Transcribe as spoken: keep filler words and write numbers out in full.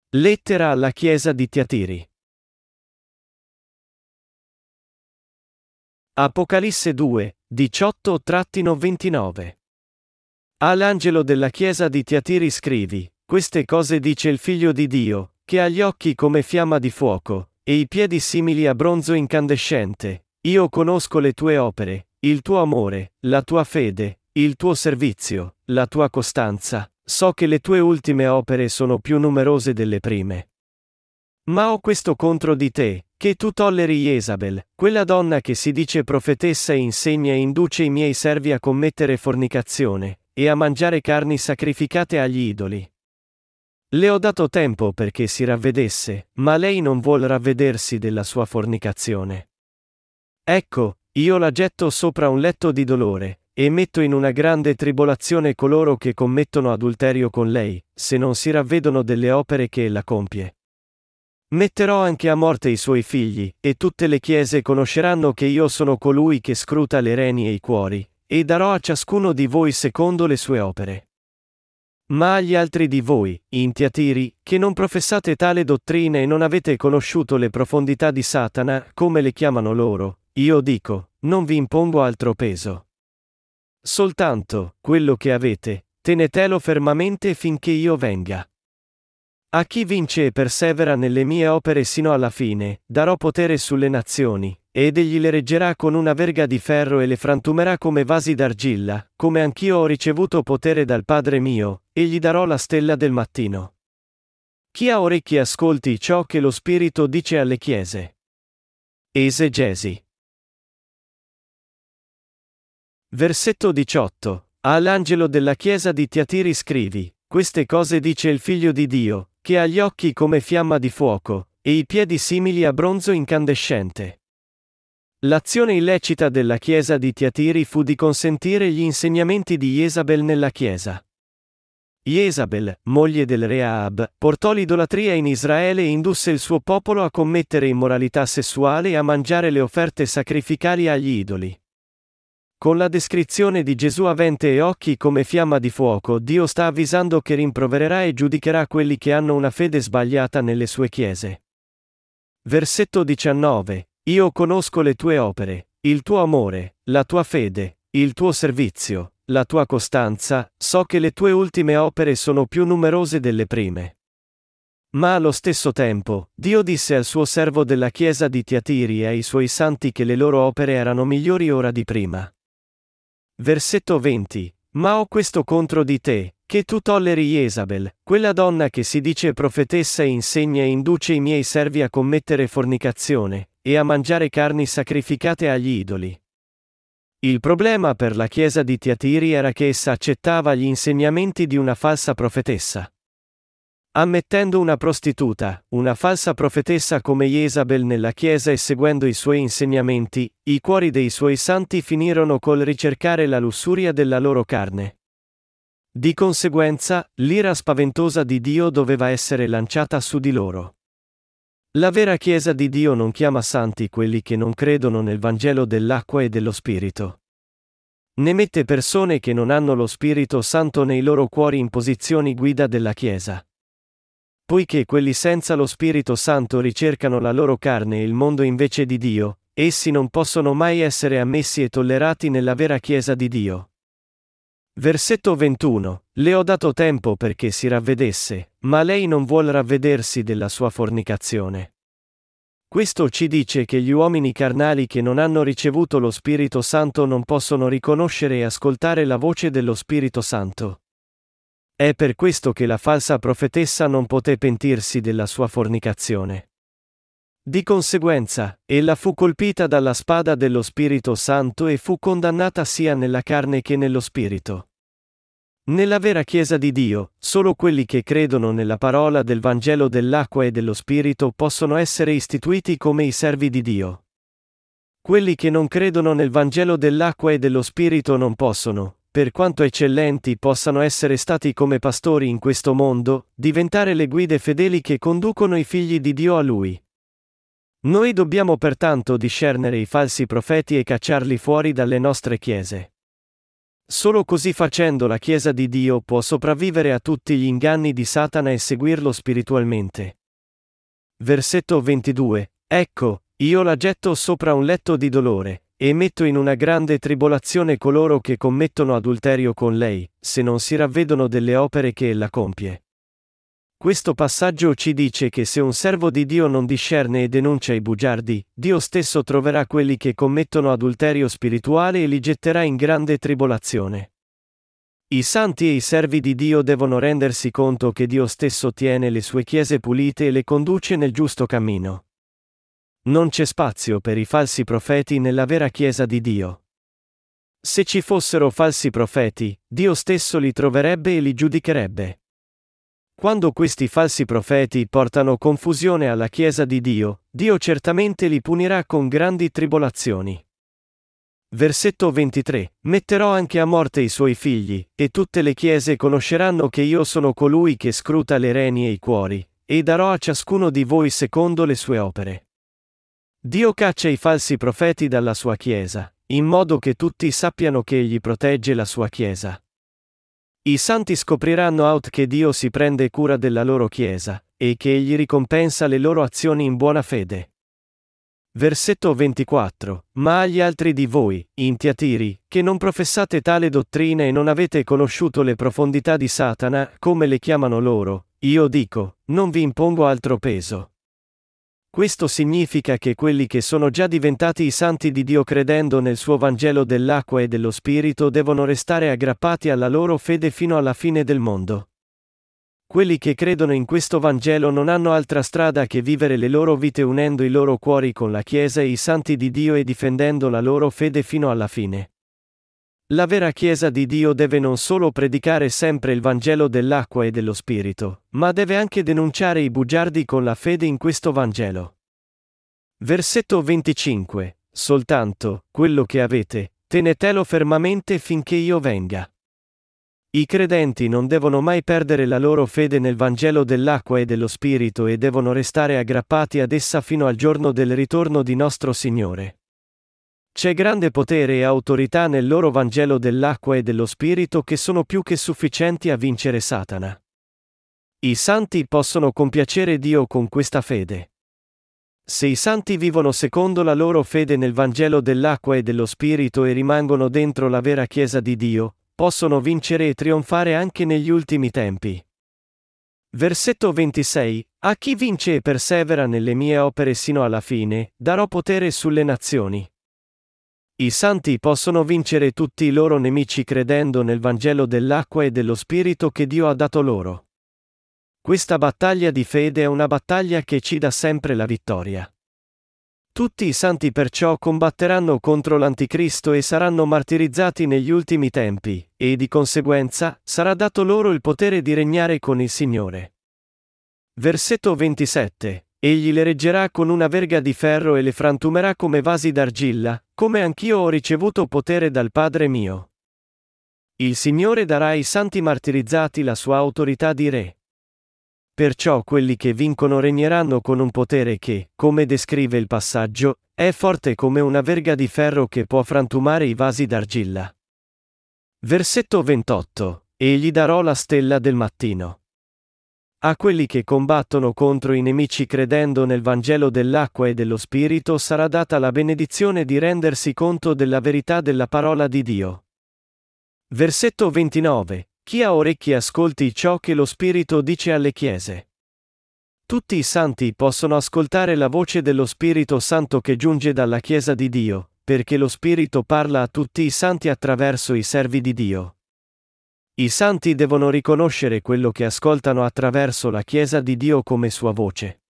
Lettera alla Chiesa di Tiatiri. Apocalisse due, diciotto ventinove. All'angelo della Chiesa di Tiatiri scrivi: queste cose dice il Figlio di Dio, che ha gli occhi come fiamma di fuoco, e i piedi simili a bronzo incandescente. Io conosco le tue opere, il tuo amore, la tua fede, il tuo servizio, la tua costanza. So che le tue ultime opere sono più numerose delle prime. Ma ho questo contro di te, che tu tolleri Jezabel, quella donna che si dice profetessa e insegna e induce i miei servi a commettere fornicazione, e a mangiare carni sacrificate agli idoli. Le ho dato tempo perché si ravvedesse, ma lei non vuol ravvedersi della sua fornicazione. Ecco, io la getto sopra un letto di dolore, e metto in una grande tribolazione coloro che commettono adulterio con lei, se non si ravvedono delle opere che ella compie. Metterò anche a morte i suoi figli, e tutte le chiese conosceranno che io sono colui che scruta le reni e i cuori, e darò a ciascuno di voi secondo le sue opere. Ma agli altri di voi, in Tiatiri, che non professate tale dottrina e non avete conosciuto le profondità di Satana, come le chiamano loro, io dico, non vi impongo altro peso. Soltanto, quello che avete, tenetelo fermamente finché io venga. A chi vince e persevera nelle mie opere sino alla fine, darò potere sulle nazioni, ed egli le reggerà con una verga di ferro e le frantumerà come vasi d'argilla, come anch'io ho ricevuto potere dal Padre mio, e gli darò la stella del mattino. Chi ha orecchi ascolti ciò che lo Spirito dice alle chiese. Esegesi. Versetto diciotto. All'angelo della Chiesa di Tiatiri scrivi: queste cose dice il Figlio di Dio, che ha gli occhi come fiamma di fuoco, e i piedi simili a bronzo incandescente. L'azione illecita della Chiesa di Tiatiri fu di consentire gli insegnamenti di Jezabel nella Chiesa. Jezabel, moglie del re Ahab, portò l'idolatria in Israele e indusse il suo popolo a commettere immoralità sessuale e a mangiare le offerte sacrificali agli idoli. Con la descrizione di Gesù avente e occhi come fiamma di fuoco, Dio sta avvisando che rimprovererà e giudicherà quelli che hanno una fede sbagliata nelle sue chiese. Versetto diciannove. Io conosco le tue opere, il tuo amore, la tua fede, il tuo servizio, la tua costanza, so che le tue ultime opere sono più numerose delle prime. Ma allo stesso tempo, Dio disse al suo servo della Chiesa di Tiatiri e ai suoi santi che le loro opere erano migliori ora di prima. Versetto venti. Ma ho questo contro di te, che tu tolleri Jezabel, quella donna che si dice profetessa e insegna e induce i miei servi a commettere fornicazione, e a mangiare carni sacrificate agli idoli. Il problema per la Chiesa di Tiatiri era che essa accettava gli insegnamenti di una falsa profetessa. Ammettendo una prostituta, una falsa profetessa come Jezabel nella Chiesa e seguendo i suoi insegnamenti, i cuori dei suoi santi finirono col ricercare la lussuria della loro carne. Di conseguenza, l'ira spaventosa di Dio doveva essere lanciata su di loro. La vera Chiesa di Dio non chiama santi quelli che non credono nel Vangelo dell'acqua e dello Spirito. Ne mette persone che non hanno lo Spirito Santo nei loro cuori in posizioni guida della Chiesa. Poiché quelli senza lo Spirito Santo ricercano la loro carne e il mondo invece di Dio, essi non possono mai essere ammessi e tollerati nella vera Chiesa di Dio. Versetto ventuno. Le ho dato tempo perché si ravvedesse, ma lei non vuol ravvedersi della sua fornicazione. Questo ci dice che gli uomini carnali che non hanno ricevuto lo Spirito Santo non possono riconoscere e ascoltare la voce dello Spirito Santo. È per questo che la falsa profetessa non poté pentirsi della sua fornicazione. Di conseguenza, ella fu colpita dalla spada dello Spirito Santo e fu condannata sia nella carne che nello spirito. Nella vera Chiesa di Dio, solo quelli che credono nella parola del Vangelo dell'acqua e dello Spirito possono essere istituiti come i servi di Dio. Quelli che non credono nel Vangelo dell'acqua e dello Spirito non possono, per quanto eccellenti possano essere stati come pastori in questo mondo, diventare le guide fedeli che conducono i figli di Dio a Lui. Noi dobbiamo pertanto discernere i falsi profeti e cacciarli fuori dalle nostre chiese. Solo così facendo la Chiesa di Dio può sopravvivere a tutti gli inganni di Satana e seguirlo spiritualmente. Versetto ventidue. Ecco, io la getto sopra un letto di dolore, e metto in una grande tribolazione coloro che commettono adulterio con lei, se non si ravvedono delle opere che ella compie. Questo passaggio ci dice che se un servo di Dio non discerne e denuncia i bugiardi, Dio stesso troverà quelli che commettono adulterio spirituale e li getterà in grande tribolazione. I santi e i servi di Dio devono rendersi conto che Dio stesso tiene le sue chiese pulite e le conduce nel giusto cammino. Non c'è spazio per i falsi profeti nella vera Chiesa di Dio. Se ci fossero falsi profeti, Dio stesso li troverebbe e li giudicherebbe. Quando questi falsi profeti portano confusione alla Chiesa di Dio, Dio certamente li punirà con grandi tribolazioni. Versetto ventitré. Metterò anche a morte i suoi figli, e tutte le chiese conosceranno che io sono colui che scruta le reni e i cuori, e darò a ciascuno di voi secondo le sue opere. Dio caccia i falsi profeti dalla sua Chiesa, in modo che tutti sappiano che egli protegge la sua Chiesa. I santi scopriranno out che Dio si prende cura della loro Chiesa, e che egli ricompensa le loro azioni in buona fede. Versetto ventiquattro. Ma agli altri di voi, in Tiatiri, che non professate tale dottrina e non avete conosciuto le profondità di Satana, come le chiamano loro, io dico, non vi impongo altro peso. Questo significa che quelli che sono già diventati i santi di Dio credendo nel suo Vangelo dell'acqua e dello Spirito devono restare aggrappati alla loro fede fino alla fine del mondo. Quelli che credono in questo Vangelo non hanno altra strada che vivere le loro vite unendo i loro cuori con la Chiesa e i santi di Dio e difendendo la loro fede fino alla fine. La vera Chiesa di Dio deve non solo predicare sempre il Vangelo dell'acqua e dello Spirito, ma deve anche denunciare i bugiardi con la fede in questo Vangelo. Versetto venticinque. Soltanto, quello che avete, tenetelo fermamente finché io venga. I credenti non devono mai perdere la loro fede nel Vangelo dell'acqua e dello Spirito e devono restare aggrappati ad essa fino al giorno del ritorno di nostro Signore. C'è grande potere e autorità nel loro Vangelo dell'acqua e dello Spirito che sono più che sufficienti a vincere Satana. I santi possono compiacere Dio con questa fede. Se i santi vivono secondo la loro fede nel Vangelo dell'acqua e dello Spirito e rimangono dentro la vera Chiesa di Dio, possono vincere e trionfare anche negli ultimi tempi. Versetto ventisei. A chi vince e persevera nelle mie opere sino alla fine, darò potere sulle nazioni. I santi possono vincere tutti i loro nemici credendo nel Vangelo dell'acqua e dello Spirito che Dio ha dato loro. Questa battaglia di fede è una battaglia che ci dà sempre la vittoria. Tutti i santi perciò combatteranno contro l'Anticristo e saranno martirizzati negli ultimi tempi, e di conseguenza sarà dato loro il potere di regnare con il Signore. Versetto ventisette. Egli le reggerà con una verga di ferro e le frantumerà come vasi d'argilla, come anch'io ho ricevuto potere dal Padre mio. Il Signore darà ai santi martirizzati la sua autorità di re. Perciò quelli che vincono regneranno con un potere che, come descrive il passaggio, è forte come una verga di ferro che può frantumare i vasi d'argilla. Versetto ventotto. E gli darò la stella del mattino. A quelli che combattono contro i nemici credendo nel Vangelo dell'acqua e dello Spirito sarà data la benedizione di rendersi conto della verità della parola di Dio. Versetto ventinove. Chi ha orecchi ascolti ciò che lo Spirito dice alle chiese. Tutti i santi possono ascoltare la voce dello Spirito Santo che giunge dalla Chiesa di Dio, perché lo Spirito parla a tutti i santi attraverso i servi di Dio. I santi devono riconoscere quello che ascoltano attraverso la Chiesa di Dio come sua voce.